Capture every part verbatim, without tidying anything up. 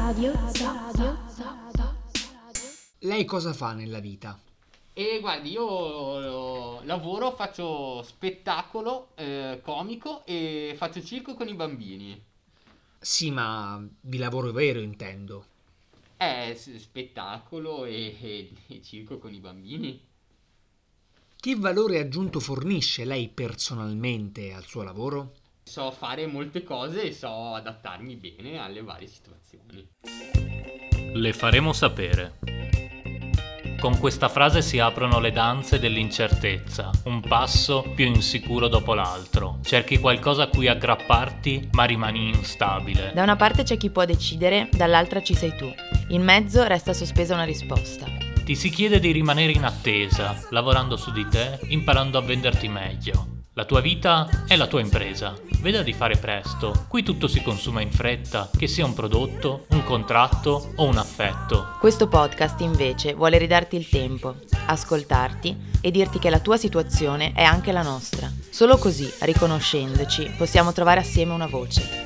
Radio Zap. Lei cosa fa nella vita? E guardi, io lavoro, faccio spettacolo eh, comico e faccio circo con i bambini. Sì, ma di lavoro vero intendo. Eh, s- spettacolo e, e- e circo con i bambini. Che valore aggiunto fornisce lei personalmente al suo lavoro? So fare molte cose e so adattarmi bene alle varie situazioni. Le faremo sapere. Con questa frase si aprono le danze dell'incertezza, un passo più insicuro dopo l'altro. Cerchi qualcosa a cui aggrapparti, ma rimani instabile. Da una parte c'è chi può decidere, dall'altra ci sei tu. In mezzo resta sospesa una risposta. Ti si chiede di rimanere in attesa, lavorando su di te, imparando a venderti meglio. La tua vita è la tua impresa. Veda di fare presto. Qui tutto si consuma in fretta, che sia un prodotto, un contratto o un affetto. Questo podcast invece vuole ridarti il tempo, ascoltarti e dirti che la tua situazione è anche la nostra. Solo così, riconoscendoci, possiamo trovare assieme una voce.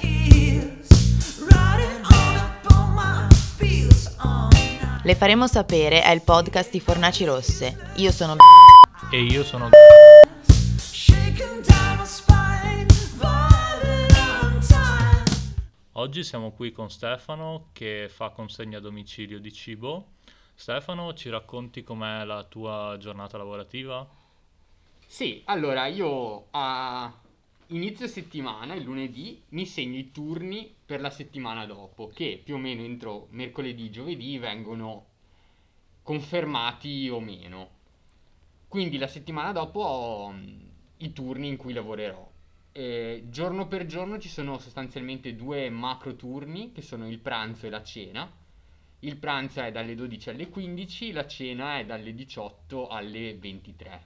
Le faremo sapere è il podcast di Fornaci Rosse. Io sono E io sono Oggi siamo qui con Stefano che fa consegna a domicilio di cibo. Stefano, ci racconti com'è la tua giornata lavorativa? Sì, allora io a inizio settimana, il lunedì, mi segno i turni per la settimana dopo, che più o meno entro mercoledì, giovedì vengono confermati o meno. Quindi la settimana dopo ho mm, i turni in cui lavorerò. E giorno per giorno ci sono sostanzialmente due macro turni, che sono il pranzo e la cena. Il pranzo è dalle dodici alle quindici, la cena è dalle diciotto alle ventitré.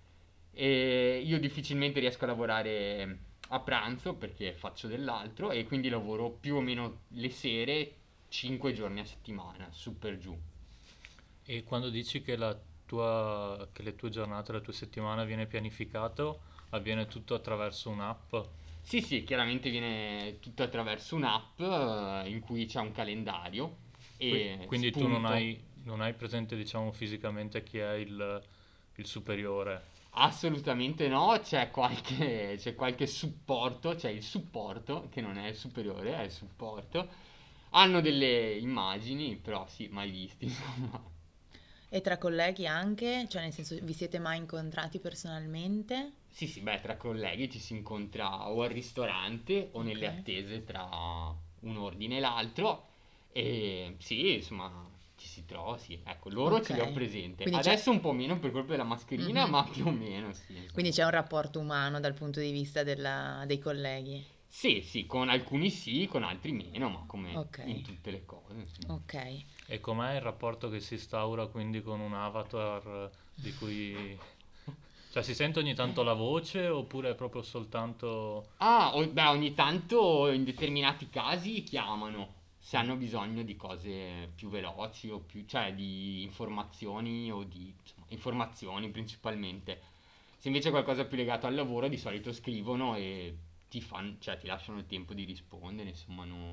E io difficilmente riesco a lavorare a pranzo perché faccio dell'altro e quindi lavoro più o meno le sere cinque giorni a settimana, su per giù. E quando dici che la tua, che le tue giornate, la tua settimana viene pianificato, avviene tutto attraverso un'app? Sì, sì, chiaramente viene tutto attraverso un'app eh, in cui c'è un calendario e Qui- Quindi tu non spunto. hai, non hai presente, diciamo, fisicamente chi è il, il superiore. Assolutamente no, c'è qualche, c'è qualche supporto, c'è il supporto, che non è il superiore, è il supporto. Hanno delle immagini, però sì, mai visti, insomma. E tra colleghi anche? Cioè nel senso, vi siete mai incontrati personalmente? Sì, sì, beh, tra colleghi ci si incontra o al ristorante o nelle Ok. attese tra un ordine e l'altro. E sì, insomma, ci si trova, sì. Ecco, loro ce li ho Ok. presente. Quindi c'è- Adesso un po' meno per colpa della mascherina, Mhm. ma più o meno, sì. insomma. Quindi c'è un rapporto umano dal punto di vista della- dei colleghi. Sì, sì, con alcuni sì, con altri meno, ma come Ok. in tutte le cose, insomma. Ok. E com'è il rapporto che si instaura quindi con un avatar di cui... Cioè si sente ogni tanto la voce oppure è proprio soltanto... Ah, o- beh, ogni tanto in determinati casi chiamano se hanno bisogno di cose più veloci o più, cioè di informazioni o di insomma, informazioni principalmente. Se invece è qualcosa più legato al lavoro, di solito scrivono e ti fanno, cioè ti lasciano il tempo di rispondere, insomma, no.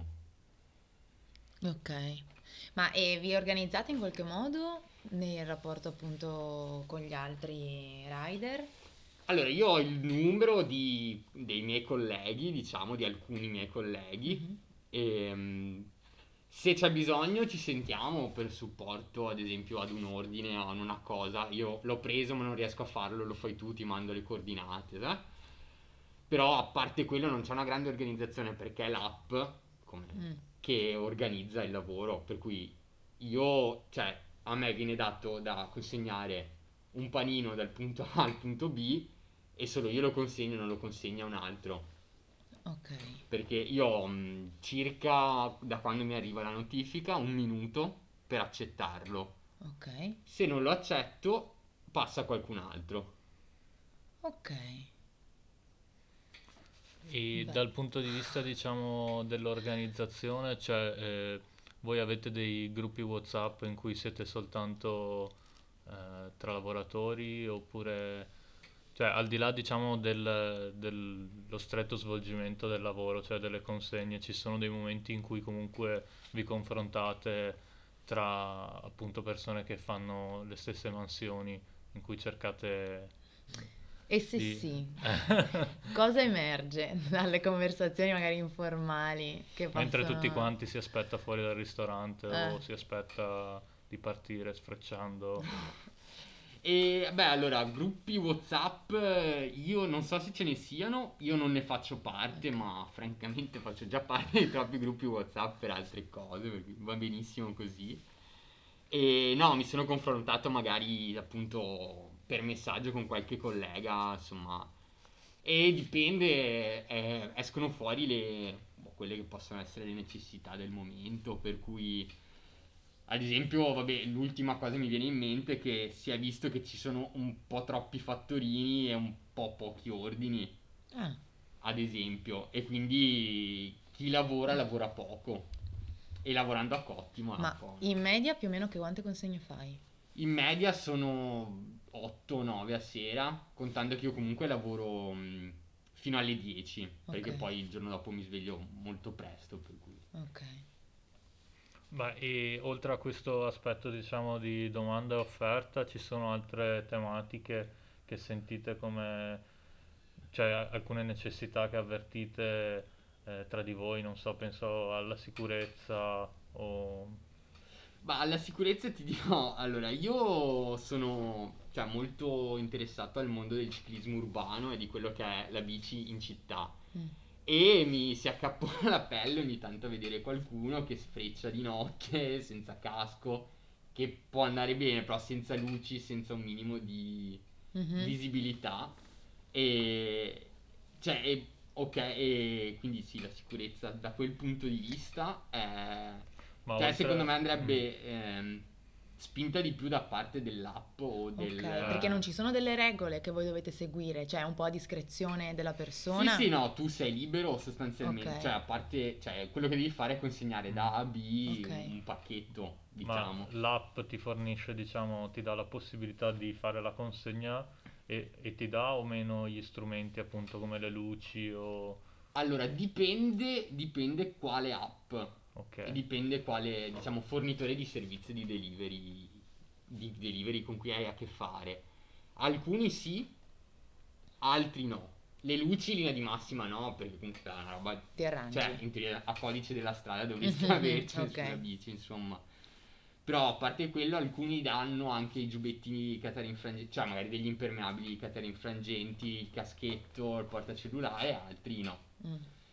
Ok. Ma e vi organizzate in qualche modo nel rapporto appunto con gli altri rider? Allora, io ho il numero di, dei miei colleghi, diciamo, di alcuni miei colleghi, Mhm. e mm, se c'è bisogno ci sentiamo per supporto, ad esempio, ad un ordine o ad una cosa. Io l'ho preso ma non riesco a farlo, lo fai tu, ti mando le coordinate, eh? Però a parte quello non c'è una grande organizzazione perché è l'app come- Mm. che organizza il lavoro, per cui io, cioè, a me viene dato da consegnare un panino dal punto A al punto B e solo io lo consegno, non lo consegna un altro. Ok. Perché io ho mh, circa, da quando mi arriva la notifica, un minuto per accettarlo. Ok. Se non lo accetto, passa a qualcun altro. Ok. E Beh. dal punto di vista, diciamo, dell'organizzazione, cioè eh, voi avete dei gruppi WhatsApp in cui siete soltanto eh, tra lavoratori oppure Cioè, al di là, diciamo, del, dello stretto svolgimento del lavoro, cioè delle consegne, ci sono dei momenti in cui comunque vi confrontate tra appunto persone che fanno le stesse mansioni, in cui cercate E se di... sì, cosa emerge dalle conversazioni magari informali che Mentre tutti possono... quanti si aspetta fuori dal ristorante Eh. o si aspetta di partire sfrecciando. E beh, allora, gruppi WhatsApp, eh, io non so se ce ne siano, io non ne faccio parte, ma francamente faccio già parte di troppi gruppi WhatsApp per altre cose, perché va benissimo così. E no, mi sono confrontato magari appunto per messaggio con qualche collega, insomma, e dipende, eh, escono fuori le, boh, quelle che possono essere le necessità del momento, per cui ad esempio, vabbè, l'ultima cosa che mi viene in mente è che si è visto che ci sono un po' troppi fattorini e un po' pochi ordini, Ah, ad esempio, e quindi chi lavora lavora poco e lavorando a cottimo è un ma po'. in media più o meno che quante consegne fai? In media sono otto nove a sera, contando che io comunque lavoro mh, fino alle dieci, perché Ok. poi il giorno dopo mi sveglio molto presto, per cui. Ok. Beh, e oltre a questo aspetto, diciamo, di domanda e offerta, ci sono altre tematiche che sentite come, cioè alcune necessità che avvertite eh, tra di voi, non so, penso alla sicurezza o... Ma alla sicurezza ti dirò, allora io sono cioè, molto interessato al mondo del ciclismo urbano e di quello che è la bici in città Mm. e mi si accappona la pelle ogni tanto a vedere qualcuno che sfreccia di notte senza casco, che può andare bene però senza luci, senza un minimo di Mhm. visibilità e cioè e- ok e quindi sì la sicurezza da quel punto di vista è Ma cioè, oltre... secondo me Mm. andrebbe ehm, spinta di più da parte dell'app o del... Ok, perché non ci sono delle regole che voi dovete seguire, cioè un po' a discrezione della Sì, persona. sì, no, tu sei libero sostanzialmente, Ok. cioè a parte, cioè quello che devi fare è consegnare da A a B Ok. un, un pacchetto, Ma diciamo. l'app ti fornisce, diciamo, ti dà la possibilità di fare la consegna e, e ti dà o meno gli strumenti, appunto, come le luci o... Allora, dipende, dipende quale app, Ok. e dipende quale, diciamo, fornitore di servizi di delivery, di delivery con cui hai a che fare. Alcuni sì, altri no. Le luci in linea di massima no, perché comunque è una roba... Ti arrangi. Cioè, in teoria, a codice della strada dovresti Mhm, avercene ok. sulla bici, insomma. Però, a parte quello, alcuni danno anche i giubbetti catarinfrangenti, cioè magari degli impermeabili catarinfrangenti, il caschetto, il portacellulare, altri no. Mm.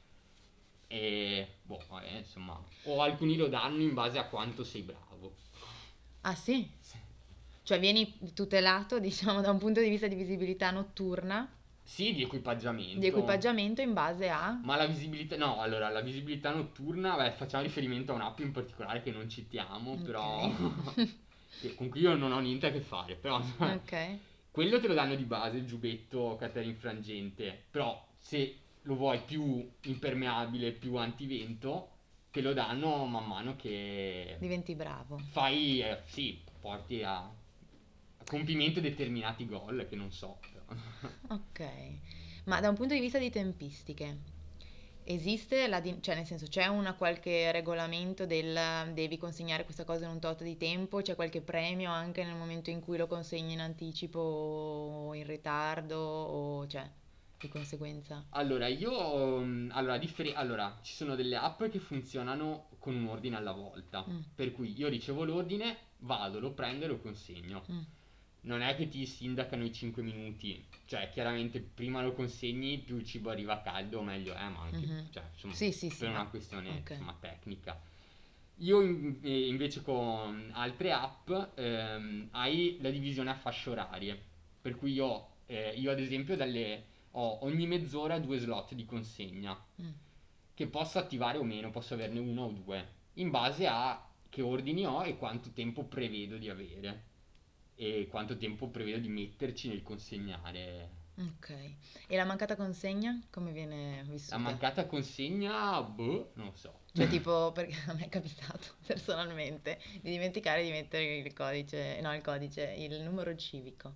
E, boh, vabbè, insomma. O alcuni lo danno in base a quanto sei bravo. Ah sì? Cioè vieni tutelato, diciamo, da un punto di vista di visibilità notturna, Sì, di equipaggiamento. di equipaggiamento in base a... Ma la visibilità, no, allora la visibilità notturna, beh, facciamo riferimento a un'app in particolare che non citiamo, Ok. però che- con cui io non ho niente a che fare, però Ok. quello te lo danno di base, il giubbetto catarinfrangente, però se lo vuoi più impermeabile, più antivento, te lo danno man mano che Diventi bravo. fai, eh, sì, porti a, a compimento determinati goal che non so, però. Ok. Ma da un punto di vista di tempistiche, esiste la di- cioè nel senso c'è una qualche regolamento del devi consegnare questa cosa in un tot di tempo, c'è qualche premio anche nel momento in cui lo consegni in anticipo o in ritardo o cioè di conseguenza. Allora, io... mm, Allora, differ- allora, ci sono delle app che funzionano con un ordine alla volta. Mm. Per cui io ricevo l'ordine, vado, lo prendo e lo consegno. Mm. Non è che ti sindacano i cinque minuti. Cioè, chiaramente prima lo consegni, più il cibo arriva caldo, meglio è, ma anche... Mhm. Cioè, insomma, Sì, sì, sì, per una ma- questione, ok. insomma, tecnica. Io in- eh, invece con altre app ehm, hai la divisione a fasce orarie. Per cui io, eh, io ad esempio dalle ho ogni mezz'ora due slot di consegna Mm. che posso attivare o meno, posso averne uno o due, in base a che ordini ho e quanto tempo prevedo di avere e quanto tempo prevedo di metterci nel consegnare. Ok. E la mancata consegna come viene La vissuta? mancata consegna, boh, non lo so. Cioè tipo, perché a me è capitato personalmente di dimenticare di mettere il codice, no il codice, il numero civico.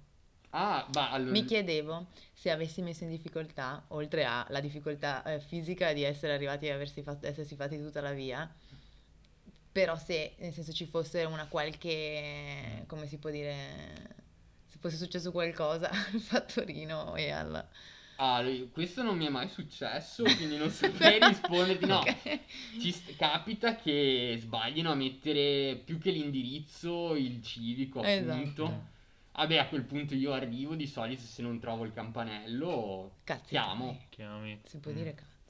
Ah, bah, allora... Mi chiedevo se avessi messo in difficoltà, oltre alla difficoltà eh, fisica di essere arrivati a aversi fatto, essersi fatti tutta la via, però se nel senso ci fosse una qualche, come si può dire, se fosse successo qualcosa al fattorino e al... Ah, questo non mi è mai successo, quindi non saprei risponderti. No, Ok. ci st- capita che sbaglino a mettere più che l'indirizzo il civico, appunto. Esatto. Vabbè, a quel punto io arrivo, di solito se non trovo il campanello, Cazzi chiamo. Chiami. Si può Mm. dire cazzo.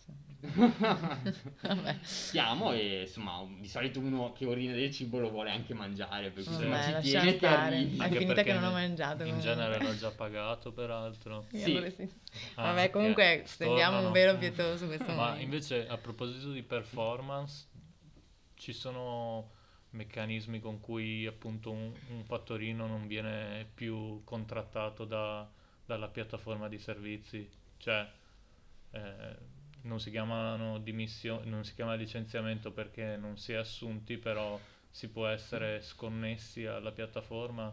Vabbè. Chiamo e insomma, di solito uno che ordina del cibo lo vuole anche mangiare, per cui Sì. insomma Vabbè, ci lascia tiene che stare. arrivi. È Anche finita perché che non ho ne- mangiato, In comunque. genere l'ho già pagato, peraltro. Io Sì. vorrei- Ah, Vabbè, ok. comunque stendiamo un Stornano. velo pietoso su questo Ma momento. invece, a proposito di performance, ci sono meccanismi con cui appunto un, un fattorino non viene più contrattato da- dalla piattaforma di servizi, cioè eh, non si chiamano dimissioni, non si chiama licenziamento perché non si è assunti, però si può essere sconnessi alla piattaforma.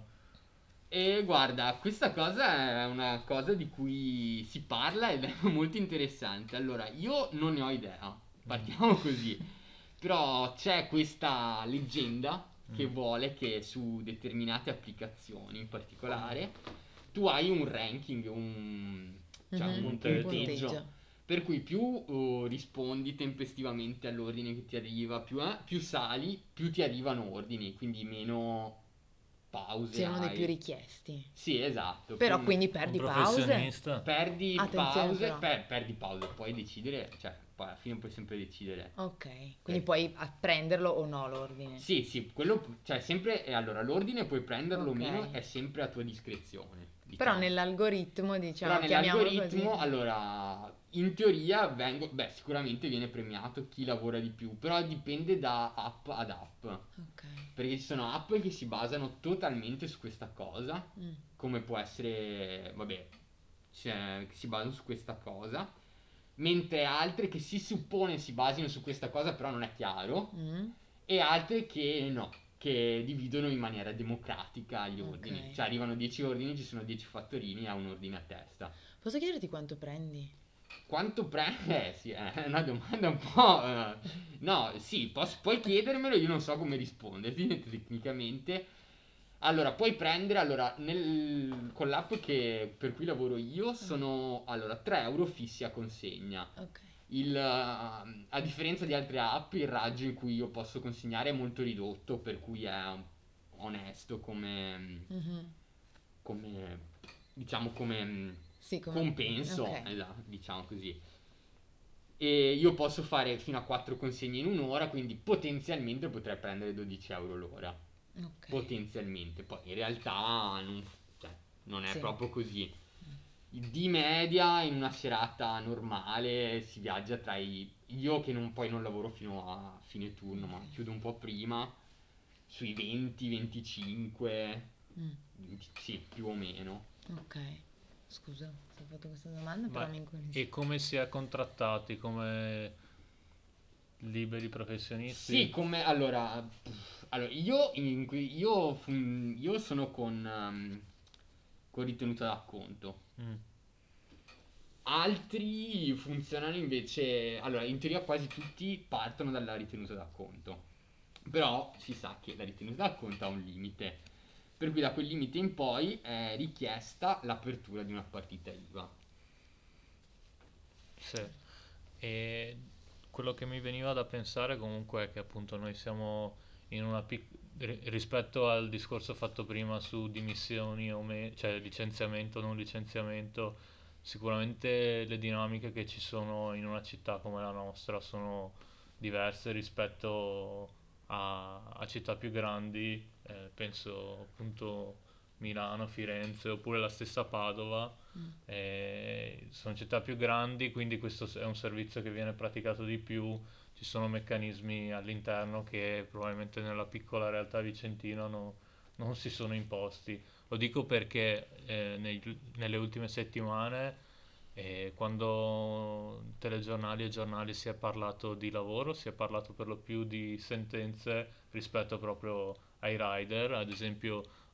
E guarda, questa cosa è una cosa di cui si parla ed è molto interessante. Allora, io non ne ho idea, partiamo così. Però c'è questa leggenda che Mm. vuole che su determinate applicazioni in particolare tu hai un ranking, un, cioè Mhm, un un punteggio. punteggio. Per cui più uh, rispondi tempestivamente all'ordine che ti arriva, più, eh, più sali, più ti arrivano ordini, quindi meno pause Sei uno dei hai. più richiesti. Sì, esatto. Però quindi quindi perdi Un pause. professionista. perdi Attenzione pause, però. per- perdi pause, puoi decidere, cioè poi alla fine puoi sempre decidere. Ok, quindi puoi a- prenderlo o no l'ordine. Sì, sì, quello, cioè sempre, e allora l'ordine puoi prenderlo o Ok. meno, è sempre a tua discrezione. Però diciamo. nell'algoritmo, diciamo, Però chiamiamolo nell'algoritmo, così. allora, in teoria vengo, beh, sicuramente viene premiato chi lavora di più, però dipende da app ad app, Ok. perché ci sono app che si basano totalmente su questa cosa, Mm. come può essere, vabbè, cioè, che si basano su questa cosa, mentre altre che si suppone si basino su questa cosa, però non è chiaro, Mm. e altre che no, che dividono in maniera democratica gli Ok. ordini, cioè arrivano dieci ordini, ci sono dieci fattorini a un ordine a testa. Posso chiederti quanto prendi? Quanto prende? Eh sì, è una domanda un po'... eh, no, sì, posso- puoi chiedermelo, io non so come risponderti tecnicamente. Allora, puoi prendere, allora, nel- con l'app che, per cui lavoro io, sono, allora, tre euro fissi a consegna. Ok. Il, eh, a differenza di altre app, il raggio in cui io posso consegnare è molto ridotto, per cui è onesto come, Mhm. come diciamo, come Sì, come... compenso, Ok. esatto, diciamo così. E io posso fare fino a quattro consegne in un'ora, quindi potenzialmente potrei prendere dodici euro l'ora. Ok. Potenzialmente, poi in realtà non, cioè, non è Sì. proprio così. Di media in una serata normale si viaggia tra i... Io che non, poi non lavoro fino a fine turno, ma chiudo un po' prima, sui venti venticinque, Mm. sì, più o meno. Ok. Scusa, se ho fatto questa domanda, Ma però mi incuriosisce. e come si è contrattati? Come liberi professionisti? Sì, come allora, pff, allora io, in cui- io, fun- io sono con, ehm, con ritenuta d'acconto. Mm. Altri funzionano invece, allora in teoria quasi tutti partono dalla ritenuta d'acconto, però si sa che la ritenuta d'acconto ha un limite, per cui da quel limite in poi è richiesta l'apertura di una partita I V A. Sì. E quello che mi veniva da pensare comunque è che appunto noi siamo in una pic- ri- rispetto al discorso fatto prima su dimissioni o me- cioè licenziamento o non licenziamento, sicuramente le dinamiche che ci sono in una città come la nostra sono diverse rispetto a, a città più grandi, eh, penso appunto Milano, Firenze oppure la stessa Padova. Mm. Eh, sono città più grandi, quindi questo è un servizio che viene praticato di più. Ci sono meccanismi all'interno che probabilmente nella piccola realtà vicentina no- non si sono imposti. Lo dico perché eh, nei- nelle ultime settimane, eh, quando telegiornali e giornali si è parlato di lavoro, si è parlato per lo più di sentenze rispetto proprio ai rider. Ad esempio,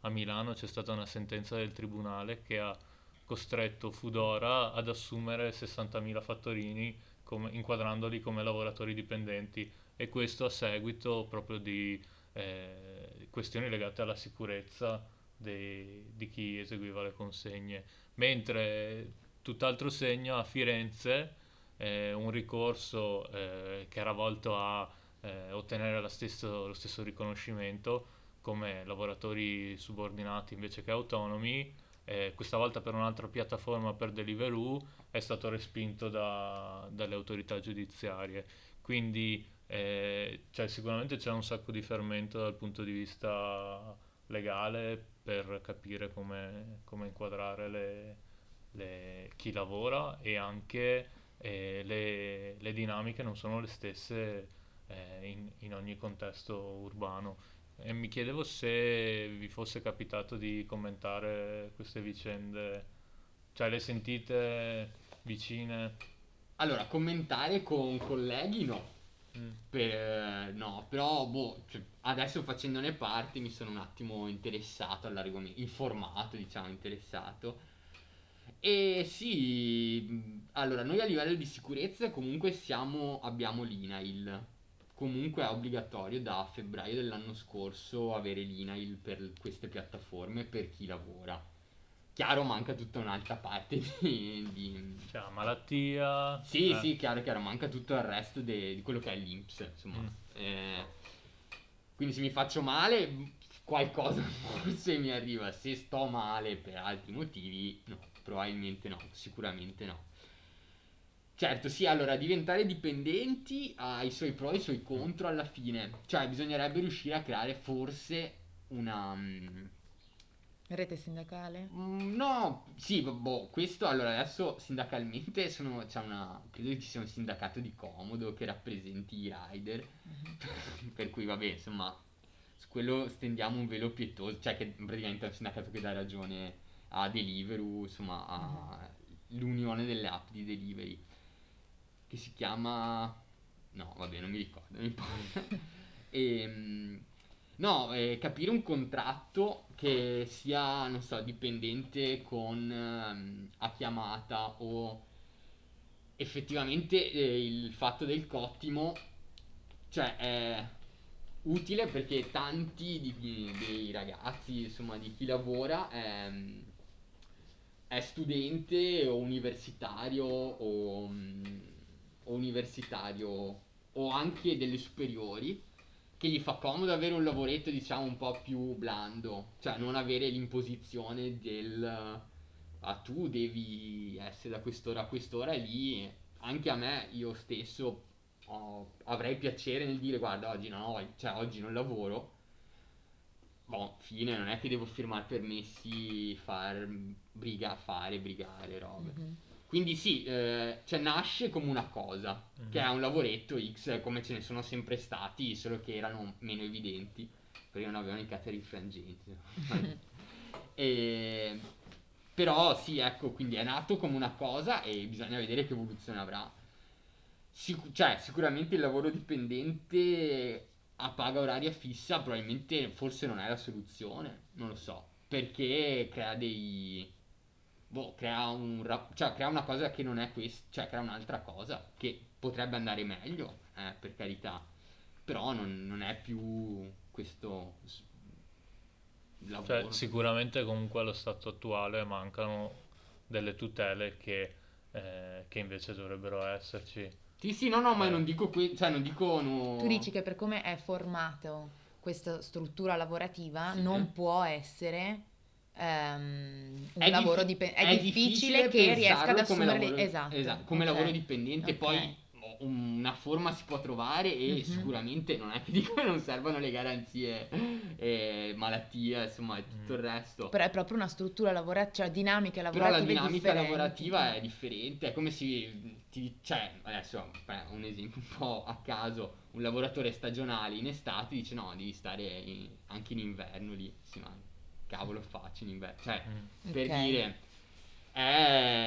a Milano c'è stata una sentenza del tribunale che ha costretto Foodora ad assumere sessantamila fattorini come- inquadrandoli come lavoratori dipendenti, e questo a seguito proprio di eh, questioni legate alla sicurezza dei- di chi eseguiva le consegne. Mentre tutt'altro segno a Firenze eh, un ricorso eh, che era volto a eh, ottenere la stesso- lo stesso riconoscimento come lavoratori subordinati invece che autonomi, eh, questa volta per un'altra piattaforma per Deliveroo, è stato respinto da- dalle autorità giudiziarie. Quindi eh, cioè, sicuramente c'è un sacco di fermento dal punto di vista legale per capire come, come inquadrare le- le- chi lavora, e anche eh, le, le dinamiche non sono le stesse eh, in, in ogni contesto urbano. E mi chiedevo se vi fosse capitato di commentare queste vicende, cioè le sentite vicine? Allora, commentare con colleghi no. Mm. Per- no, però boh, cioè, adesso facendone parte mi sono un attimo interessato all'argomento, informato, diciamo, interessato. E sì, mh, allora noi a livello di sicurezza comunque siamo, abbiamo l'I N A I L. Comunque è obbligatorio da febbraio dell'anno scorso avere l'I N A I L per queste piattaforme per chi lavora. Chiaro, manca tutta un'altra parte di, di- Cioè, malattia. sì, eh. sì, chiaro, chiaro, manca tutto il resto de- di quello che è l'I N P S, insomma. Mm. Eh, quindi se mi faccio male, qualcosa forse mi arriva. Se sto male per altri motivi, no, probabilmente no, sicuramente no. Certo, sì, allora diventare dipendenti ha i suoi pro e i suoi contro alla fine. Cioè, bisognerebbe riuscire a creare forse una... mm, Rete sindacale? Mm, no, sì, boh, questo allora adesso sindacalmente sono, c'è una, credo che ci sia un sindacato di Comodo che rappresenti i rider, per cui vabbè, insomma, su quello stendiamo un velo pietoso, cioè che praticamente è un sindacato che dà ragione a Deliveroo, insomma, all'unione delle app di delivery, che si chiama... no, vabbè, non mi ricordo, non importa. E, no, eh, capire un contratto che sia, non so, dipendente con ehm, a chiamata o effettivamente eh, il fatto del cottimo, cioè è utile perché tanti di- di- dei ragazzi, insomma, di chi lavora è, è studente o universitario o, mm, o universitario o anche delle superiori, che gli fa comodo avere un lavoretto diciamo un po' più blando, cioè non avere l'imposizione del ah, tu devi essere da quest'ora a quest'ora, e lì anche a me io stesso ho- avrei piacere nel dire guarda oggi non ho, cioè oggi non lavoro. Boh, fine, non è che devo firmare permessi, far briga, fare, brigare, robe. Mhm. Quindi sì, eh, cioè nasce come una cosa, che è un lavoretto X, come ce ne sono sempre stati, solo che erano meno evidenti, perché non avevano i catering frangenti. E... Però sì, ecco, quindi è nato come una cosa e bisogna vedere che evoluzione avrà. Sic- cioè, sicuramente il lavoro dipendente a paga oraria fissa probabilmente forse non è la soluzione, non lo so, perché crea dei... boh, crea un... ra- cioè crea una cosa che non è questa, cioè crea un'altra cosa che potrebbe andare meglio, eh, per carità, però non, non è più questo s- Cioè, lavoro. sicuramente comunque allo stato attuale mancano delle tutele che, eh, che invece dovrebbero esserci. Sì, sì, no, no, ma Eh, non dico que- cioè non dico no... Tu dici che per come è formato questa struttura lavorativa Sì. non può essere ehm, un È lavoro diffi- dipendente. È, è difficile, difficile che riesca ad pensarlo come assumere... lavoro, Esatto, esatto, come ok, lavoro dipendente, ok. poi oh, una forma si può trovare e Mhm. sicuramente non è che dico che non servano le garanzie, eh, malattie, insomma, e tutto il resto. Però è proprio una struttura lavorativa, cioè dinamiche Però la lavorative dinamica differenti. lavorativa è differente, è come se ti, cioè, adesso beh, un esempio un po' a caso, un lavoratore stagionale in estate dice no, devi stare in- anche in inverno lì, sì, ma cavolo faccio in inverno, cioè, per Ok. dire, è,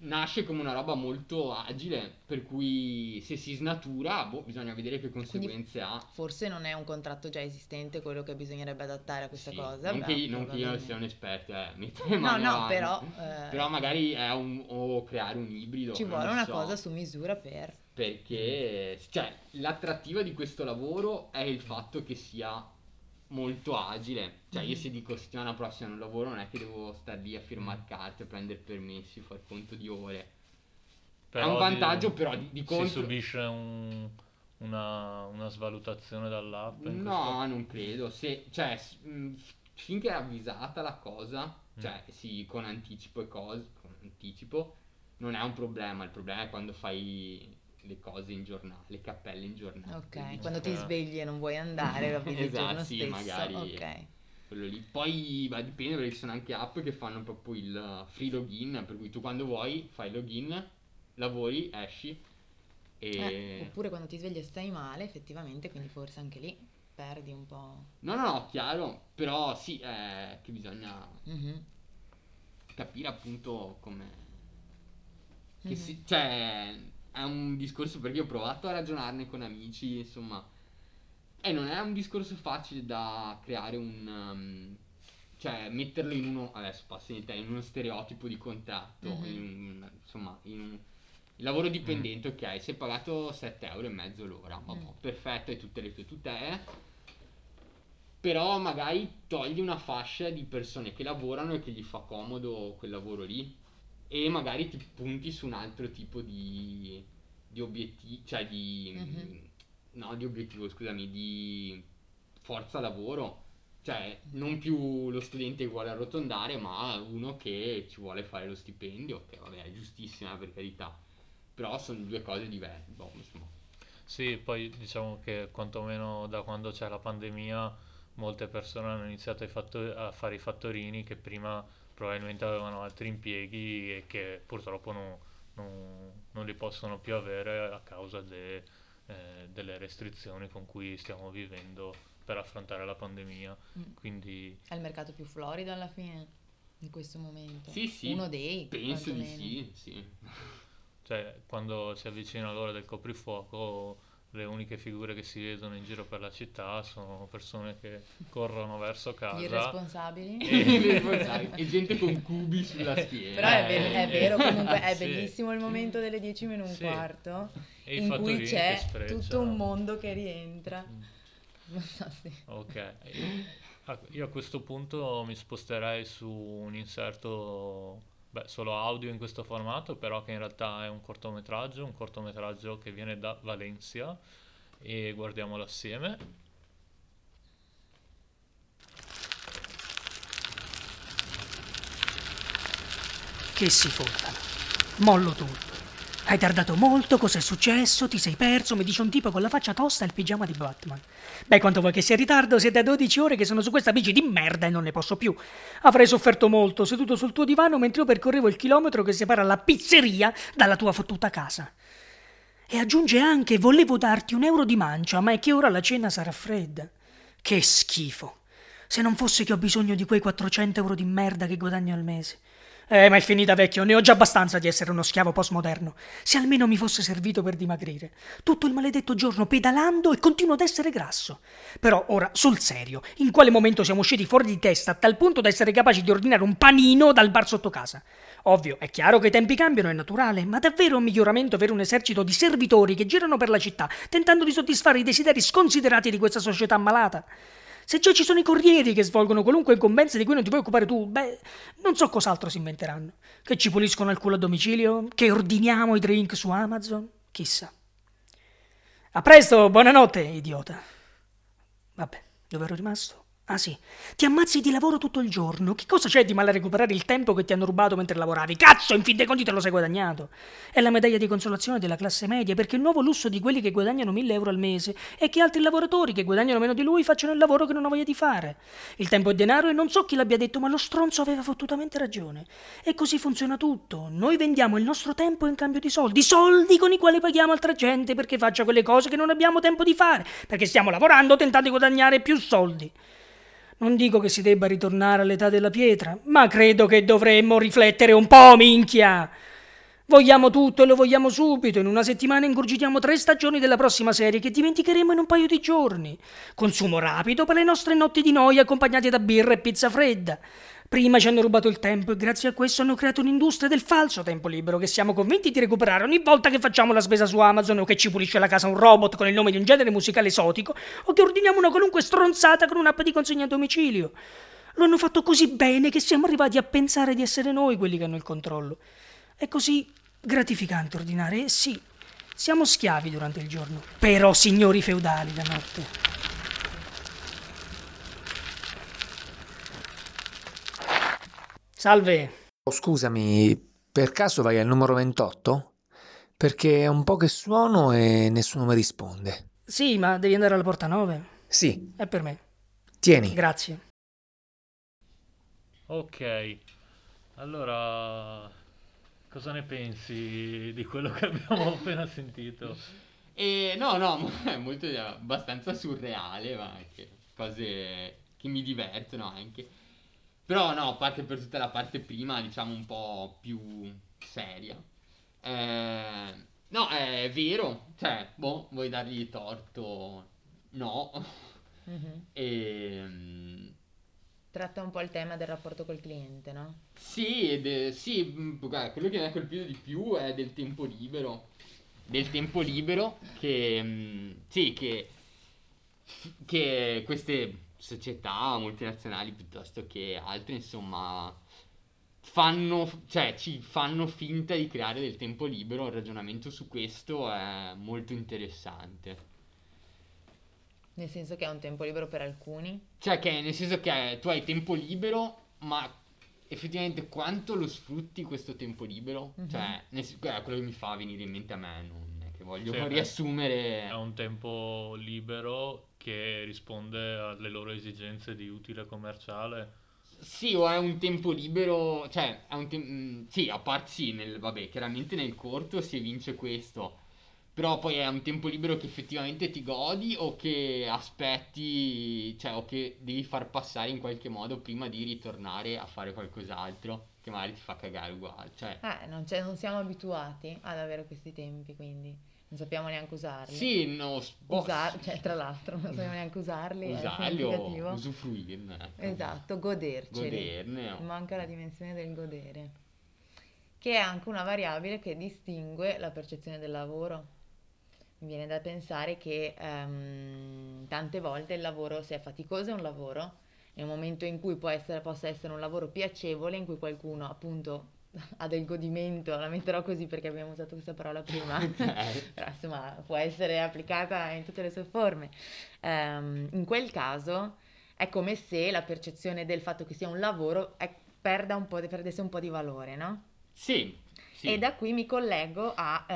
nasce come una roba molto agile, per cui se si snatura, boh, bisogna vedere che conseguenze ha. Forse non è un contratto già esistente quello che bisognerebbe adattare a questa Sì, cosa. non, beh, che, io- non che io probabilmente. sia un esperto, eh, mettere le No, mani no, avanti. però, eh, Però magari è un, o creare un ibrido. ci non vuole lo una so. cosa su misura per... Perché, cioè, l'attrattiva di questo lavoro è il fatto che sia molto agile. Cioè, io Mhm. se dico settimana prossima non lavoro, non è che devo stare lì a firmare carte, prendere permessi, fare conto di ore. Però è un vantaggio, di- però di, di si contro... subisce un- una, una svalutazione dall'app in No, non credo. Se, cioè, s- mh, finché è avvisata la cosa, cioè, sì, con anticipo e cose, con anticipo, non è un problema. Il problema è quando fai le cose in giornata, le cappelle in giornata. Ok, Quindi, quando ti Eh. svegli e non vuoi andare, lo avvisi il Esatto, giorno sì, stesso. magari Ok. quello lì. Poi beh, dipende, perché ci sono anche app che fanno proprio il free login, per cui tu quando vuoi fai login, lavori, esci e... Eh, oppure quando ti svegli e stai male, effettivamente, quindi forse anche lì perdi un po'. No, no, no, chiaro, però sì, è che bisogna Mhm. capire appunto come... Che Mhm. si... Cioè, è un discorso, perché io ho provato a ragionarne con amici, insomma, e non è un discorso facile da creare un... um, cioè, metterlo in uno, adesso passami il termine, in uno stereotipo di contratto, Mhm. in un- insomma, in un... Il lavoro dipendente, ok, sei pagato sette euro e mezzo l'ora, vabbè, Mm. perfetto, hai tutte le tue tutele, però magari togli una fascia di persone che lavorano e che gli fa comodo quel lavoro lì, e magari ti punti su un altro tipo di, di obiettivo, cioè di... Mhm. no, di obiettivo, scusami, di forza lavoro. Cioè, non più lo studente che vuole arrotondare, ma uno che ci vuole fare lo stipendio, che vabbè è giustissima per carità. Però sono due cose diverse. Boh, insomma. Sì, poi diciamo che quantomeno da quando c'è la pandemia molte persone hanno iniziato ai fatto- a fare i fattorini che prima probabilmente avevano altri impieghi e che purtroppo non, non- non li possono più avere a causa de- eh, delle restrizioni con cui stiamo vivendo per affrontare la pandemia. Mm. Quindi È il mercato più florido alla fine, in questo momento. Sì, sì. Uno dei, Penso di quantomeno. sì, sì. cioè, quando si avvicina l'ora del coprifuoco, le uniche figure che si vedono in giro per la città sono persone che corrono verso Gli casa. irresponsabili. E, e gente con cubi sulla schiena. Però è, ve- è Eh, vero, comunque è sì. bellissimo il momento delle dieci meno un Sì. quarto, E i in cui fattorini c'è che sfrecciano. tutto un mondo che rientra. Mm. Fantastico. Ok, Ah, io a questo punto mi sposterei su un inserto, beh, solo audio in questo formato, però che in realtà è un cortometraggio, un cortometraggio che viene da Valencia e guardiamolo assieme. Che si fondano. Mollo tutto. Hai tardato molto, cos'è successo? Ti sei perso? Mi dice un tipo con la faccia tosta e il pigiama di Batman. Beh, quanto vuoi che sia in ritardo? Siete a dodici ore che sono su questa bici di merda e non ne posso più. Avrei sofferto molto seduto sul tuo divano mentre io percorrevo il chilometro che separa la pizzeria dalla tua fottuta casa. E aggiunge anche, volevo darti un euro di mancia, ma è che ora la cena sarà fredda. Che schifo. Se non fosse che ho bisogno di quei quattrocento euro di merda che guadagno al mese. Eh, ma è finita, vecchio, ne ho già abbastanza di essere uno schiavo postmoderno. Se almeno mi fosse servito per dimagrire. Tutto il maledetto giorno pedalando e continuo ad essere grasso. Però ora, sul serio, in quale momento siamo usciti fuori di testa a tal punto da essere capaci di ordinare un panino dal bar sotto casa? Ovvio, è chiaro che i tempi cambiano, è naturale, ma davvero è un miglioramento avere un esercito di servitori che girano per la città tentando di soddisfare i desideri sconsiderati di questa società malata? Se già ci sono i corrieri che svolgono qualunque incombenza di cui non ti puoi occupare tu, beh, non so cos'altro si inventeranno. Che ci puliscono il culo a domicilio? Che ordiniamo i drink su Amazon? Chissà. A presto, buonanotte, idiota. Vabbè, dove ero rimasto? Ah sì, ti ammazzi di lavoro tutto il giorno. Che cosa c'è di male a recuperare il tempo che ti hanno rubato mentre lavoravi? Cazzo, in fin dei conti te lo sei guadagnato. È la medaglia di consolazione della classe media, perché il nuovo lusso di quelli che guadagnano mille euro al mese è che altri lavoratori che guadagnano meno di lui facciano il lavoro che non ha voglia di fare. Il tempo è denaro e non so chi l'abbia detto, ma lo stronzo aveva fottutamente ragione. E così funziona tutto. Noi vendiamo il nostro tempo in cambio di soldi, soldi con i quali paghiamo altra gente perché faccia quelle cose che non abbiamo tempo di fare, perché stiamo lavorando tentando di guadagnare più soldi. Non dico che si debba ritornare all'età della pietra, ma credo che dovremmo riflettere un po', minchia! Vogliamo tutto e lo vogliamo subito. In una settimana ingurgitiamo tre stagioni della prossima serie che dimenticheremo in un paio di giorni. Consumo rapido per le nostre notti di noia accompagnate da birra e pizza fredda. Prima ci hanno rubato il tempo e grazie a questo hanno creato un'industria del falso tempo libero che siamo convinti di recuperare ogni volta che facciamo la spesa su Amazon o che ci pulisce la casa un robot con il nome di un genere musicale esotico o che ordiniamo una qualunque stronzata con un'app di consegna a domicilio. Lo hanno fatto così bene che siamo arrivati a pensare di essere noi quelli che hanno il controllo. È così gratificante ordinare, e sì, siamo schiavi durante il giorno, però signori feudali la notte. Salve. Oh, scusami, per caso vai al numero ventotto? Perché è un po' che suono e nessuno mi risponde. Sì, ma devi andare alla porta nove. Sì, È per me. tieni. Grazie. Ok, allora cosa ne pensi di quello che abbiamo appena sentito? E no, no, è molto abbastanza surreale, ma anche cose che mi divertono anche. Però no, a parte per tutta la parte prima, diciamo un po' più seria. Eh, no, è vero, cioè, boh, vuoi dargli torto? No. Mhm. E, mm, Tratta un po' il tema del rapporto col cliente, no? sì, ed è- sì, mm, guarda, quello che mi ha colpito di più è del tempo libero. Del tempo libero che, mm, sì, che, che queste società multinazionali piuttosto che altre, insomma, fanno, cioè, ci fanno finta di creare del tempo libero. Il ragionamento su questo è molto interessante. Nel senso che è un tempo libero per alcuni. Cioè, che nel senso che tu hai tempo libero, ma effettivamente quanto lo sfrutti questo tempo libero? Mhm. Cioè, nel sen- guarda, quello che mi fa venire in mente a me, non è che voglio Sì, è- riassumere. È un tempo libero che risponde alle loro esigenze di utile commerciale. Sì, o è un tempo libero, cioè, è un tempo, sì, a parte sì, nel, vabbè, chiaramente nel corto si evince questo, però poi è un tempo libero che effettivamente ti godi o che aspetti, cioè, o che devi far passare in qualche modo prima di ritornare a fare qualcos'altro che magari ti fa cagare uguale, cioè, Eh, non, c'è- non siamo abituati ad avere questi tempi, quindi non sappiamo neanche usarli. sì, no, s- boh, Usar- cioè, tra l'altro, non sappiamo neanche usarli, è usarli significativo. o usufruirne, ecco. Esatto, goderceli. Goderne, o- Manca la dimensione del godere, che è anche una variabile che distingue la percezione del lavoro. Mi viene da pensare che ehm, tante volte il lavoro, se è faticoso, è un lavoro, nel momento in cui può essere, possa essere un lavoro piacevole, in cui qualcuno appunto ha del godimento, la metterò così perché abbiamo usato questa parola prima, Ok. però insomma può essere applicata in tutte le sue forme. Ehm, in quel caso è come se la percezione del fatto che sia un lavoro è- perda un po', di- perdesse un po' di valore, no? Sì, sì. E da qui mi collego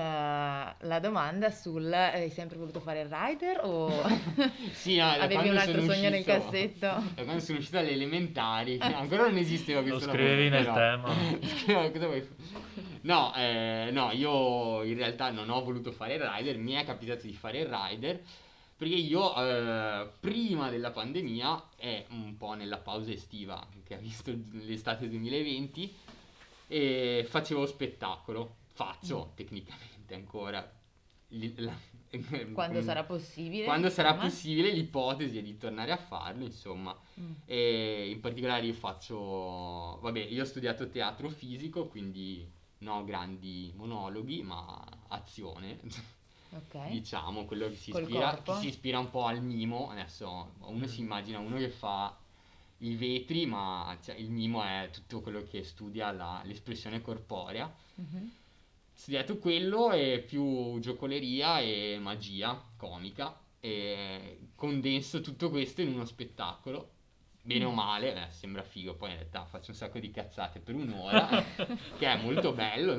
alla domanda sul eh, hai sempre voluto fare il rider o Sì, no, da avevi quando un altro sono sogno nel uscito- cassetto? Da quando sono uscito dalle elementari, ancora non esisteva Lo questo scrivevi nel lavoro, però. tema. Scrivevo, cosa vuoi fare? No, eh, no, io in realtà non ho voluto fare il rider, mi è capitato di fare il rider perché io eh, prima della pandemia e un po' nella pausa estiva che ha visto l'estate duemilaventi e facevo spettacolo, faccio tecnicamente ancora. Li- la- Quando sarà possibile? quando sarà insomma. possibile, l'ipotesi è di tornare a farlo, insomma. Mm. E in particolare io faccio, vabbè, io ho studiato teatro fisico, quindi no grandi monologhi, ma azione, Ok. diciamo, quello che si Col ispira, corpo? che si ispira un po' al mimo. Adesso uno si immagina uno che fa i vetri, ma cioè, il mimo è tutto quello che studia la- l'espressione corporea. Mhm. Ho studiato quello e più giocoleria e magia comica e condenso tutto questo in uno spettacolo. Bene o male, eh, sembra figo, poi in realtà faccio un sacco di cazzate per un'ora, che è molto bello.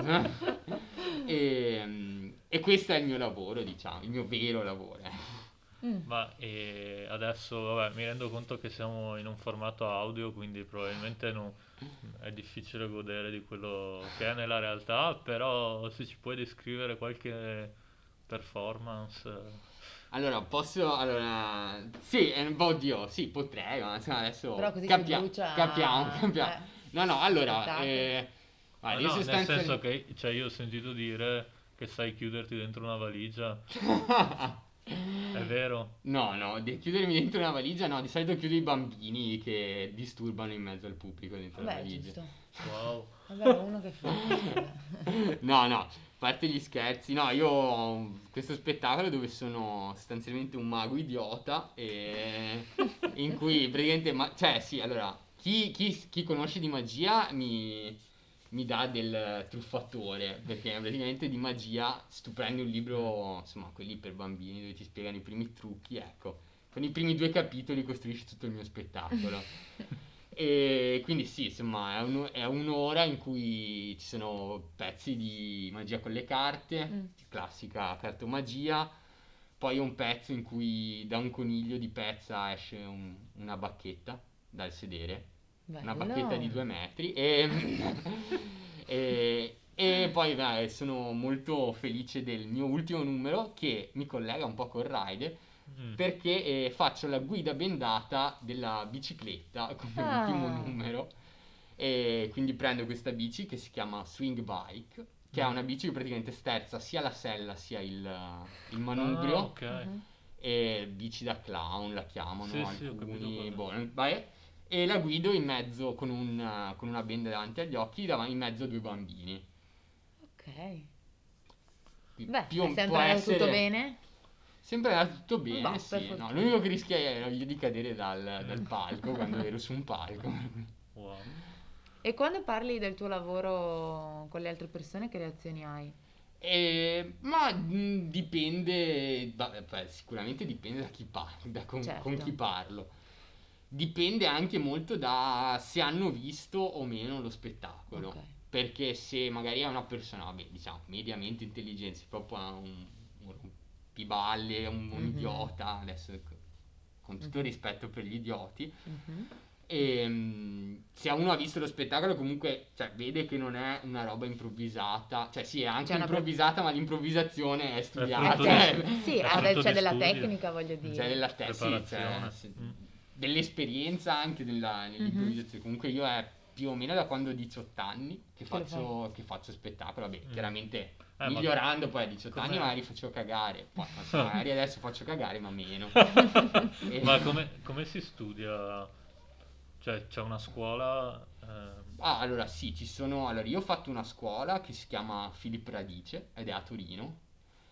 e, e questo è il mio lavoro, diciamo, il mio vero lavoro. eh. Mm. Ma eh, adesso, vabbè, mi rendo conto che siamo in un formato audio, quindi probabilmente non- è difficile godere di quello che è nella realtà, però se ci puoi descrivere qualche performance. Allora, posso, allora, sì, eh, oddio, sì, potrei, ma insomma, adesso Però così ci capia- brucia- capiamo, capiamo. eh, No, no, allora, spettacolo. eh, Ah, Ma io no, nel sostanzialmente- senso che, cioè, io ho sentito dire che sai chiuderti dentro una valigia. È vero? No, no, di chiudermi dentro una valigia, no, di solito chiudo i bambini che disturbano in mezzo al pubblico dentro la Beh, valigia. giusto. Wow. Vabbè, uno che fa. Vabbè. No, no, a parte gli scherzi, no, io ho questo spettacolo dove sono sostanzialmente un mago idiota e in cui praticamente, ma, cioè sì, allora, chi, chi- chi conosce di magia mi, mi dà del truffatore, perché praticamente di magia, se tu prendi un libro, insomma, quelli per bambini dove ti spiegano i primi trucchi, ecco, con i primi due capitoli costruisci tutto il mio spettacolo. E quindi sì, insomma, è, un- è un'ora in cui ci sono pezzi di magia con le carte, Mm. classica cartomagia, poi un pezzo in cui da un coniglio di pezza esce un- una bacchetta dal sedere, una Bello. bacchetta di due metri e, e, e poi beh, sono molto felice del mio ultimo numero che mi collega un po' con Ride Mm. perché eh, faccio la guida bendata della bicicletta come Ah. ultimo numero e quindi prendo questa bici che si chiama Swing Bike che è Mm. una bici che praticamente sterza sia la sella sia il, il Ah, manubrio ok. Mhm. e bici da clown la chiamano Sì, sì, ho capito alcuni qual è. boh, non- vai, e la guido in mezzo con, un, con una benda davanti agli occhi davanti, in mezzo a due bambini. Ok. Pi- Beh, più- è può sempre andato tutto essere- bene? Sempre andato tutto bene, Bah, per sì. No, fortuna. l'unico che rischiai era io di cadere dal, dal palco quando ero su un palco. Wow. E quando parli del tuo lavoro con le altre persone, che reazioni hai? E- ma mh, dipende, va- beh, sicuramente dipende da chi parlo, da con, Certo. con chi parlo. Dipende anche molto da se hanno visto o meno lo spettacolo. Ok. Perché se magari è una persona, vabbè, diciamo, mediamente intelligente, se proprio ha un, un rompiballe, un, un Mhm. idiota, adesso ecco, con tutto il rispetto per gli idioti, Mhm. e, mm, se uno ha visto lo spettacolo comunque cioè, vede che non è una roba improvvisata, cioè sì è anche C'è una pre- improvvisata ma l'improvvisazione è studiata. frutto di- eh. Sì, È ha del- frutto c'è di della studio. tecnica, voglio dire. C'è della te- sì, Preparazione. c'è- se- Mm. dell'esperienza anche nella- nell'improvvisazione. Comunque io è più o meno da quando ho diciotto anni che Che lo faccio, che faccio spettacolo, vabbè, Mm. chiaramente Eh, ma- migliorando poi a diciotto anni com'è? magari facevo cagare, poi insomma, magari adesso faccio cagare ma meno. E- Ma come, come si studia? Cioè, c'è una scuola... eh, Ah, allora sì, ci sono. Allora, io ho fatto una scuola che si chiama Filippo Radice ed è a Torino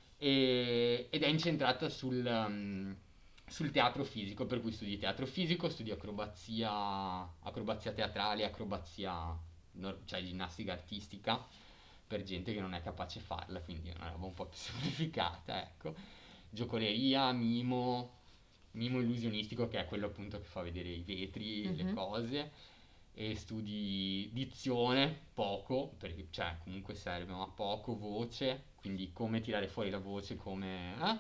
e- ed è incentrata sul, um, sul teatro fisico, per cui studi teatro fisico, studi acrobazia, acrobazia teatrale, acrobazia, nor- cioè ginnastica artistica per gente che non è capace farla, quindi è una roba un po' più semplificata, ecco. Giocoleria, mimo, mimo illusionistico che è quello appunto che fa vedere i vetri, le Mhm. cose e studi dizione, poco, perché cioè comunque serve, ma poco, voce, quindi come tirare fuori la voce, come... eh?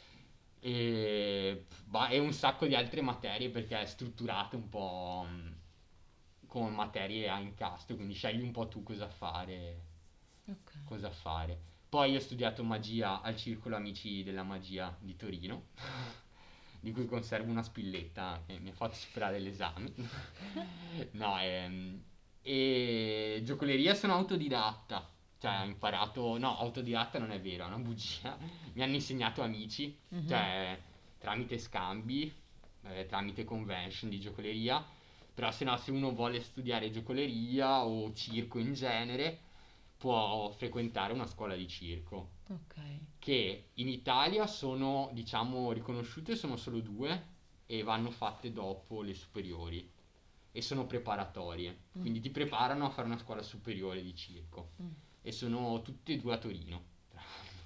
E, bah, e un sacco di altre materie perché è strutturata un po' mh, con materie a incasto, quindi scegli un po' tu cosa fare, Ok. cosa fare. Poi io ho studiato magia al Circolo Amici della Magia di Torino, di cui conservo una spilletta che mi ha fatto superare l'esame. No, ehm, e giocoleria sono autodidatta, cioè ho imparato, no, autodidatta non è vero, è una bugia. Mi hanno insegnato amici, Mhm. cioè tramite scambi, eh, tramite convention di giocoleria, però se no se uno vuole studiare giocoleria o circo in genere può frequentare una scuola di circo Ok. che in Italia sono, diciamo, riconosciute, sono solo due e vanno fatte dopo le superiori e sono preparatorie, Mm. quindi ti preparano a fare una scuola superiore di circo Mm. e sono tutte e due a Torino. Tra l'altro.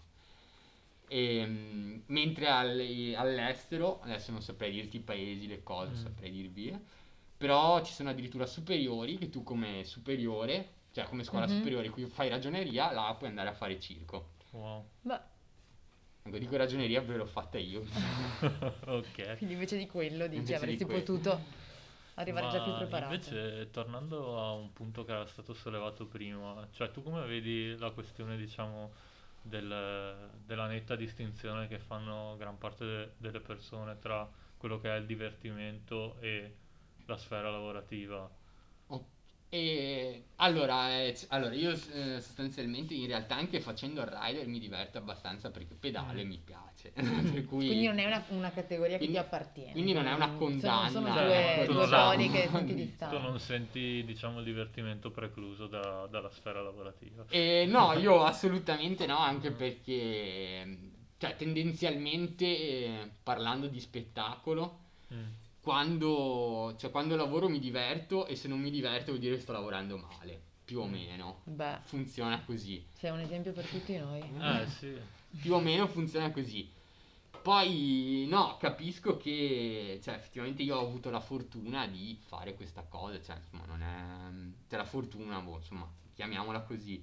E, mentre alle- all'estero, adesso non saprei dirti i paesi, le cose, Mm. saprei dirvi, eh, però ci sono addirittura superiori che tu come superiore, cioè come scuola Mhm. superiore qui fai ragioneria, là puoi andare a fare circo. Wow. Beh, Ecco, dico ragioneria perché l'ho fatta io. Ok. quindi invece di quello dici Invece di avresti quello. potuto arrivare già più Ma preparato. invece, tornando a un punto che era stato sollevato prima, cioè tu come vedi la questione, diciamo, del- della netta distinzione che fanno gran parte de- delle persone tra quello che è il divertimento e la sfera lavorativa? Oh, E allora, eh, c- allora io eh, sostanzialmente in realtà anche facendo il rider mi diverto abbastanza perché pedale mi piace. Per cui, Quindi non è una, una categoria quindi- che ti appartiene. quindi non è una Sono- condanna, Sono, Cioè, due, ecco, due diciamo. poli che senti Tu Tu distante. non senti, diciamo, il divertimento precluso da- dalla sfera lavorativa. Eh, no, io assolutamente no, anche perché, cioè, tendenzialmente, eh, parlando di spettacolo, Mm. quando, cioè, quando lavoro mi diverto e se non mi diverto vuol dire che sto lavorando male, più o meno. Beh, Funziona così. sei un esempio per tutti noi. Eh sì. Più o meno funziona così. Poi, no, capisco che, cioè, effettivamente io ho avuto la fortuna di fare questa cosa, cioè, insomma, non è... Cioè, la fortuna, boh, insomma, chiamiamola così.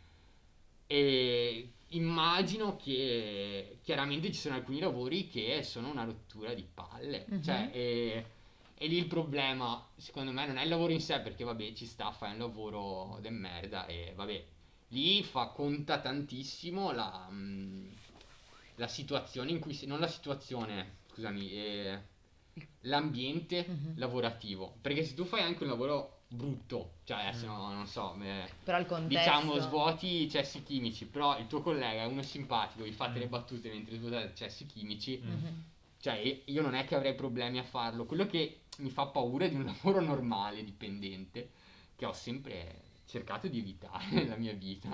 E immagino che chiaramente ci sono alcuni lavori che sono una rottura di palle, Mhm. cioè, e, e lì il problema, secondo me, non è il lavoro in sé, perché, vabbè, ci sta, fai un lavoro de merda e, vabbè, lì fa, conta tantissimo la, mh, la situazione in cui, si- non la situazione, scusami, eh, l'ambiente Mhm. lavorativo, perché se tu fai anche un lavoro brutto, cioè adesso no, non so, eh, Però il contesto... diciamo svuoti i cessi chimici, però il tuo collega è uno simpatico, gli fate Mm. le battute mentre svuotate i cessi chimici, Mm. Mhm. cioè io non è che avrei problemi a farlo. Quello che mi fa paura è di un lavoro normale, dipendente, che ho sempre cercato di evitare nella mia vita.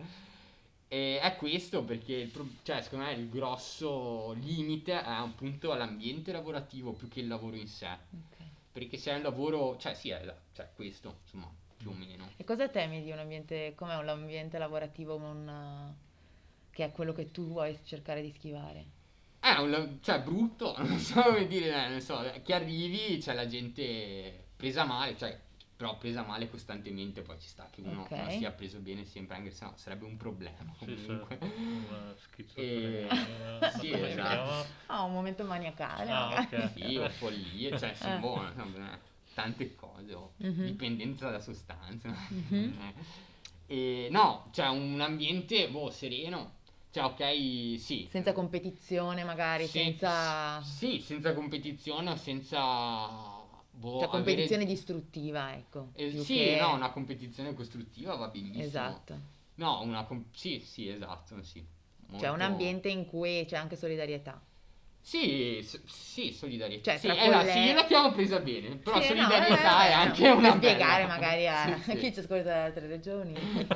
E è questo perché, il pro- cioè, secondo me il grosso limite è appunto l'ambiente lavorativo più che il lavoro in sé. Ok. Perché se è un lavoro, cioè sì, è cioè, questo, insomma, più o meno. E cosa temi di un ambiente, com'è un ambiente lavorativo un, che è quello che tu vuoi cercare di schivare? È un, la- cioè, brutto, non so come dire, eh, non so, che arrivi, c'è la gente presa male, cioè, però presa male costantemente, poi ci sta che uno Ok. non sia preso bene sempre, anche se no sarebbe un problema Sì, sì. comunque. Una E- schizofrenia. sì, come si esatto. chiama? Ah, un momento maniacale. Ah, magari. ok. Sì, o follie, cioè, sì, Eh. boh, insomma, tante cose, o Mhm. dipendenza da sostanze. Mhm. E no, cioè, un ambiente, boh, sereno, cioè, ok, sì. Senza competizione magari, Sì, senza... sì, senza competizione o senza boh, Cioè competizione avere- distruttiva, ecco. eh, più sì, che- no, una competizione costruttiva va benissimo. Esatto. No, una com- sì, sì, esatto, sì. Cioè un Molto- ambiente in cui c'è anche solidarietà. Sì, s- sì, solidarietà. Cioè, Sì, tra esatto, quelle- sì, io la chiamo presa bene, però Sì, no, solidarietà eh, è eh, anche per una spiegare bella- magari a Sì, sì. chi ci ascolta dalle altre regioni.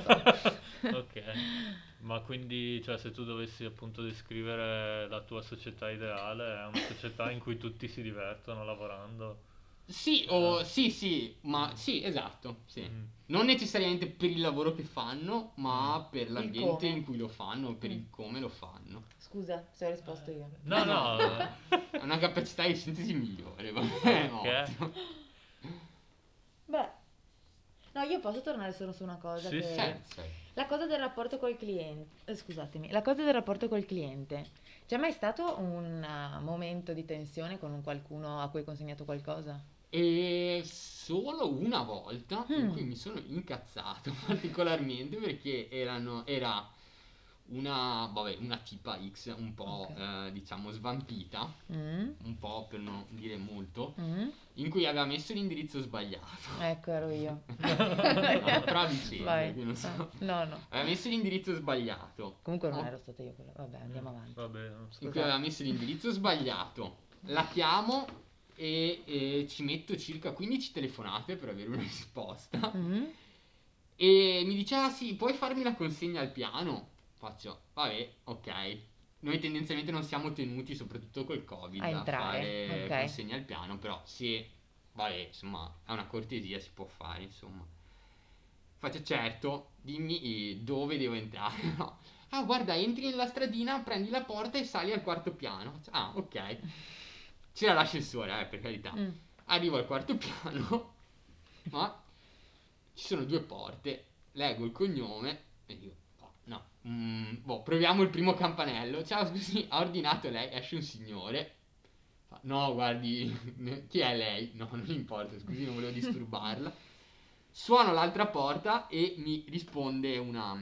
Ok, ma quindi, cioè, se tu dovessi appunto descrivere la tua società ideale, è una società in cui tutti si divertono lavorando? Sì, o sì, sì, ma sì, esatto, sì. Mm. Non necessariamente per il lavoro che fanno, ma per l'ambiente come. in cui lo fanno, per il Mm. come lo fanno. Scusa, se ho risposto io. No, no, È una capacità di sintesi migliore, vabbè, Ok. ottimo. Beh, no, io posso tornare solo su una cosa Sì, che... sì. Senza. La cosa del rapporto col cliente, eh, scusatemi, la cosa del rapporto col cliente. C'è mai stato un uh, momento di tensione con un qualcuno a cui hai consegnato qualcosa? E solo una volta in Mm. cui mi sono incazzato particolarmente perché erano, era una, vabbè, una tipa X un po', Ok. eh, diciamo, svampita, Mm? un po' per non dire molto, Mm? in cui aveva messo l'indirizzo sbagliato. Ecco, ero io. No, però a Vicenza, Vai. quindi non so. Eh, No, no. Aveva messo l'indirizzo sbagliato. Comunque non Oh, ero stata io quella. Vabbè, andiamo avanti. va bene. in cui aveva messo l'indirizzo sbagliato. La chiamo e, e ci metto circa quindici telefonate per avere una risposta. Mm? E mi dice, ah sì, puoi farmi la consegna al piano? Faccio, vabbè, ok. Noi tendenzialmente non siamo tenuti, soprattutto col Covid, A a, entrare, fare ok. consegna al piano, però se, vabbè, insomma, è una cortesia, si può fare, insomma. Faccio, certo, dimmi eh, dove devo entrare, no? Ah, guarda, entri nella stradina, prendi la porta e sali al quarto piano. Faccio, ah, ok. C'era l'ascensore, eh, per carità. Mm. Arrivo al quarto piano, ma ci sono due porte, leggo il cognome e dico, oh, no, mm, boh, proviamo il primo campanello. Ciao, scusi, ha ordinato lei, esce un signore. Fa, no, guardi, chi è lei? No, non importa, scusi, non volevo disturbarla. Suono l'altra porta e mi risponde una,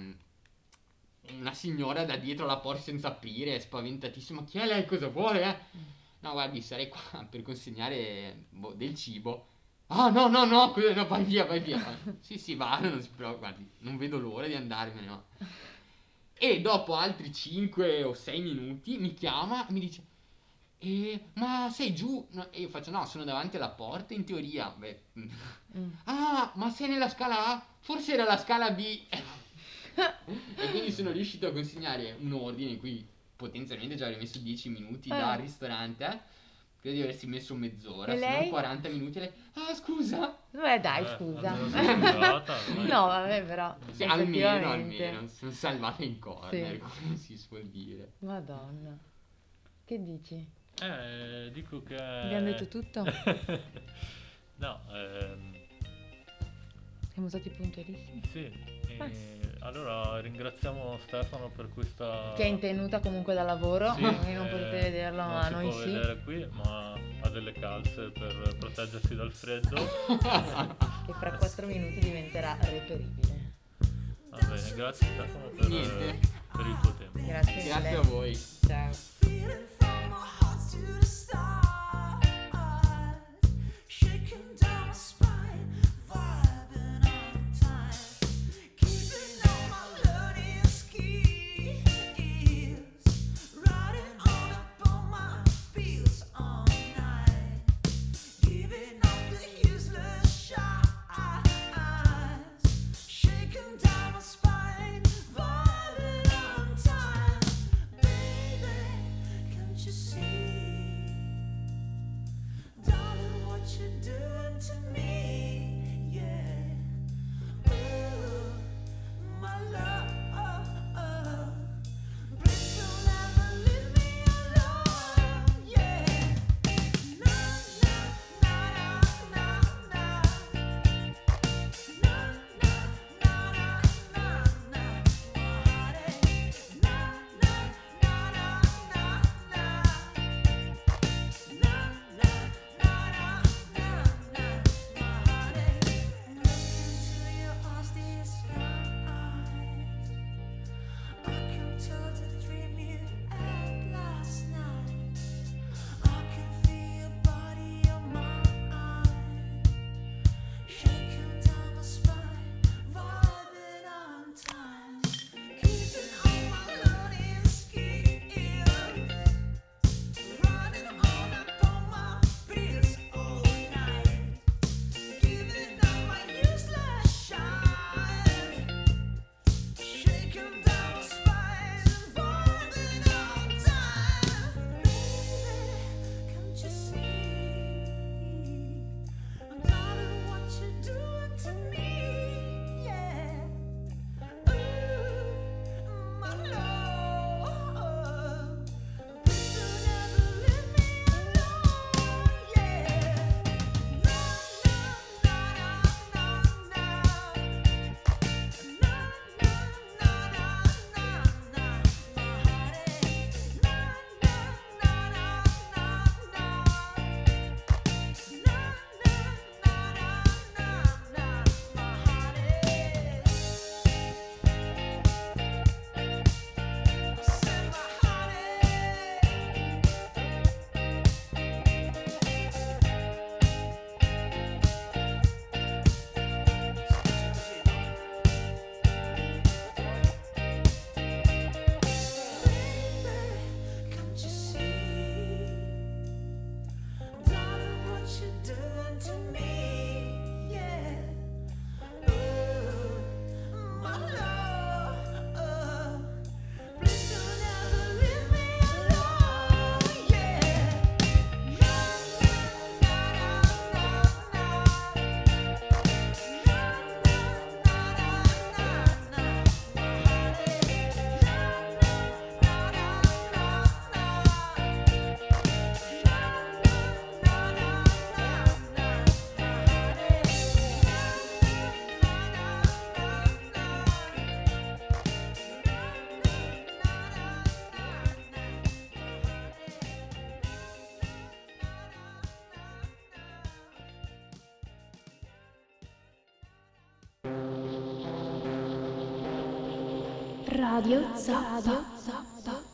una signora da dietro la porta senza aprire, spaventatissima. Chi è lei? Cosa vuole? Eh? No, guardi, sarei qua per consegnare boh, del cibo. Ah, no, no, no, que- no, vai via, vai via. Sì, sì, vado, non si preoccupi, guardi, non vedo l'ora di andarmene, ma... E dopo altri cinque o sei minuti mi chiama e mi dice: "Eh, ma sei giù?" No, e io faccio: "No, sono davanti alla porta, in teoria." Beh, Mm. "Ah, ma sei nella scala A? Forse era la scala B." E quindi sono riuscito a consegnare un ordine in cui potenzialmente già avrei messo dieci minuti dal Eh. ristorante. eh. Credo di aversi messo mezz'ora, E se non lei? quaranta minuti. Lei: "Ah, scusa." Beh, dai, Eh, scusa. allora sei scusata, dai. No, vabbè, però, Sì, almeno, effettivamente. almeno, sono salvata in corner, Sì. come si suol dire. Madonna. Che dici? Eh, dico che... Abbiamo detto tutto? No, ehm, Siamo stati puntualissimi. sì. E allora ringraziamo Stefano per questa... Che è in tenuta comunque da lavoro, Sì, voi non eh, potete vederlo, non ma si noi può sì. vedere qui, ma ha delle calze per proteggersi dal freddo. Che fra quattro minuti diventerà reperibile. Va bene, grazie Stefano per, Niente. per il tuo tempo. Grazie Grazie mille. a voi. Ciao. Feeling from my heart to the stars, shaking down my spine, vibing on time, keeping on my learning skis, riding on up on my wheels all night, giving up the useless shots, shaking down my spine, vibing on time. Baby, can't you see, darling, what you're doing to me? Yeah, ooh, my love, please don't ever leave me alone. Yeah, na na na na na, na na na na na na, heartache, na na na na na na. Na na na na na na, my heartache. Look into your eyes, these eyes. I can tell the dream you had last night. I can feel your body on mine, shaking down my spine, vibing on time, keeping on my learning skills. Running on up on my bills all night, giving up my useless shine, shaking down my spine, vibing on time. Baby, can't you see, darling, what you're doing to me? Yeah. Ooh, my love, please don't ever leave me alone. Yeah, na na na na na, na na na na na na, my heartache. Na na na na na na, na na na na na, my heartache. Say my Baby, can't you see, darling, what you're doing to me? Yeah. Ooh, my love, please don't ever leave me alone. Yeah, na na na na na, na na na na na, my heartache. Na na na na na, na na na na na, my Radio Zappa.